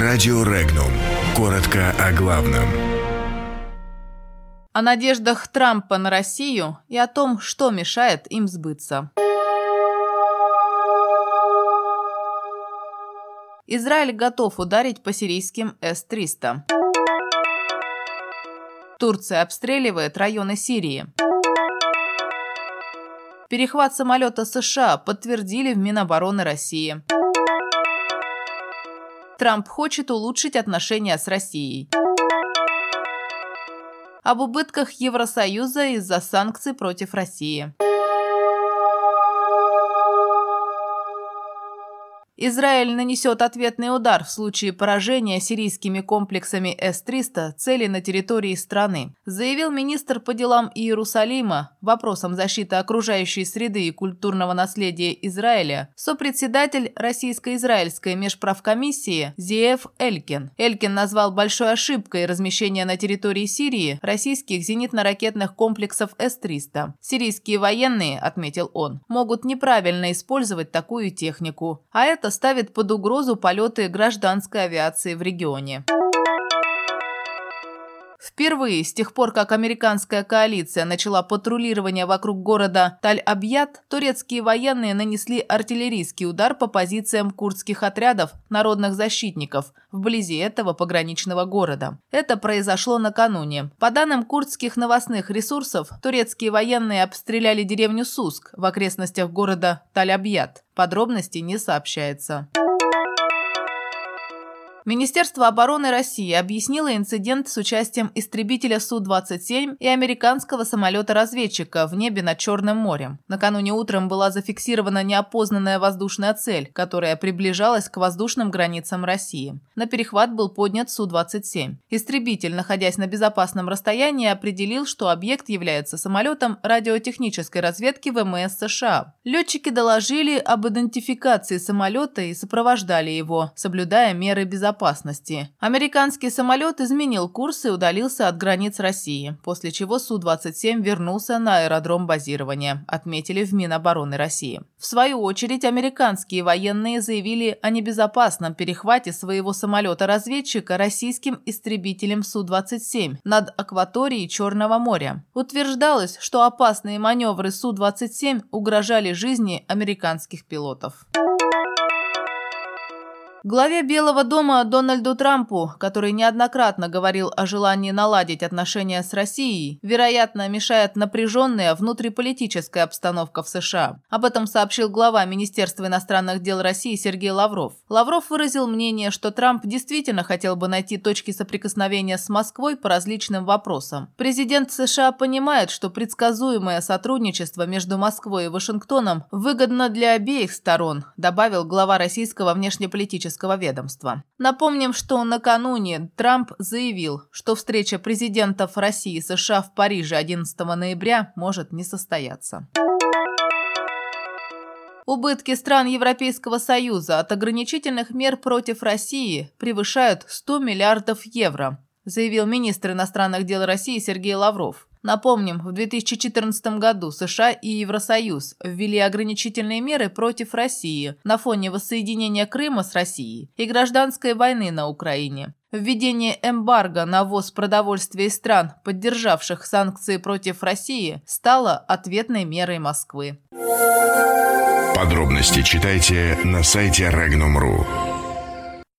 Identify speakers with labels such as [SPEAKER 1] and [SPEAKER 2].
[SPEAKER 1] Радио Регнум. Коротко о главном.
[SPEAKER 2] О надеждах Трампа на Россию и о том, что мешает им сбыться. Израиль готов ударить по сирийским С-300. Турция обстреливает районы Сирии. Перехват самолета США подтвердили в Минобороны России. Трамп хочет улучшить отношения с Россией. Об убытках Евросоюза из-за санкций против России. Израиль нанесет ответный удар в случае поражения сирийскими комплексами С-300 целей на территории страны, заявил министр по делам Иерусалима, вопросам защиты окружающей среды и культурного наследия Израиля, сопредседатель Российско-израильской межправкомиссии Зиэв Элькин. Элькин назвал большой ошибкой размещение на территории Сирии российских зенитно-ракетных комплексов С-300. Сирийские военные, отметил он, могут неправильно использовать такую технику, а это ставит под угрозу полеты гражданской авиации в регионе. Впервые с тех пор, как американская коалиция начала патрулирование вокруг города Таль-Абьяд, турецкие военные нанесли артиллерийский удар по позициям курдских отрядов народных защитников вблизи этого пограничного города. Это произошло накануне. По данным курдских новостных ресурсов, турецкие военные обстреляли деревню Суск в окрестностях города Таль-Абьяд. Подробностей не сообщается. Министерство обороны России объяснило инцидент с участием истребителя Су-27 и американского самолета-разведчика в небе над Черным морем. Накануне утром была зафиксирована неопознанная воздушная цель, которая приближалась к воздушным границам России. На перехват был поднят Су-27. Истребитель, находясь на безопасном расстоянии, определил, что объект является самолетом радиотехнической разведки ВМС США. Летчики доложили об идентификации самолета и сопровождали его, соблюдая меры безопасности. Американский самолет изменил курс и удалился от границ России, после чего Су-27 вернулся на аэродром базирования, отметили в Минобороны России. В свою очередь, американские военные заявили о небезопасном перехвате своего самолета-разведчика российским истребителем Су-27 над акваторией Черного моря. Утверждалось, что опасные маневры Су-27 угрожали жизни американских пилотов. Главе Белого дома Дональду Трампу, который неоднократно говорил о желании наладить отношения с Россией, вероятно, мешает напряженная внутриполитическая обстановка в США. Об этом сообщил глава Министерства иностранных дел России Сергей Лавров. Лавров выразил мнение, что Трамп действительно хотел бы найти точки соприкосновения с Москвой по различным вопросам. Президент США понимает, что предсказуемое сотрудничество между Москвой и Вашингтоном выгодно для обеих сторон, добавил глава российского внешнеполитического ведомства. Напомним, что накануне Трамп заявил, что встреча президентов России и США в Париже 11 ноября может не состояться. Убытки стран Европейского Союза от ограничительных мер против России превышают 100 миллиардов евро, заявил министр иностранных дел России Сергей Лавров. Напомним, в 2014 году США и Евросоюз ввели ограничительные меры против России на фоне воссоединения Крыма с Россией и гражданской войны на Украине. Введение эмбарго на ввоз продовольствия из стран, поддержавших санкции против России, стало ответной мерой Москвы.
[SPEAKER 1] Подробности читайте на сайте Regnum.ru.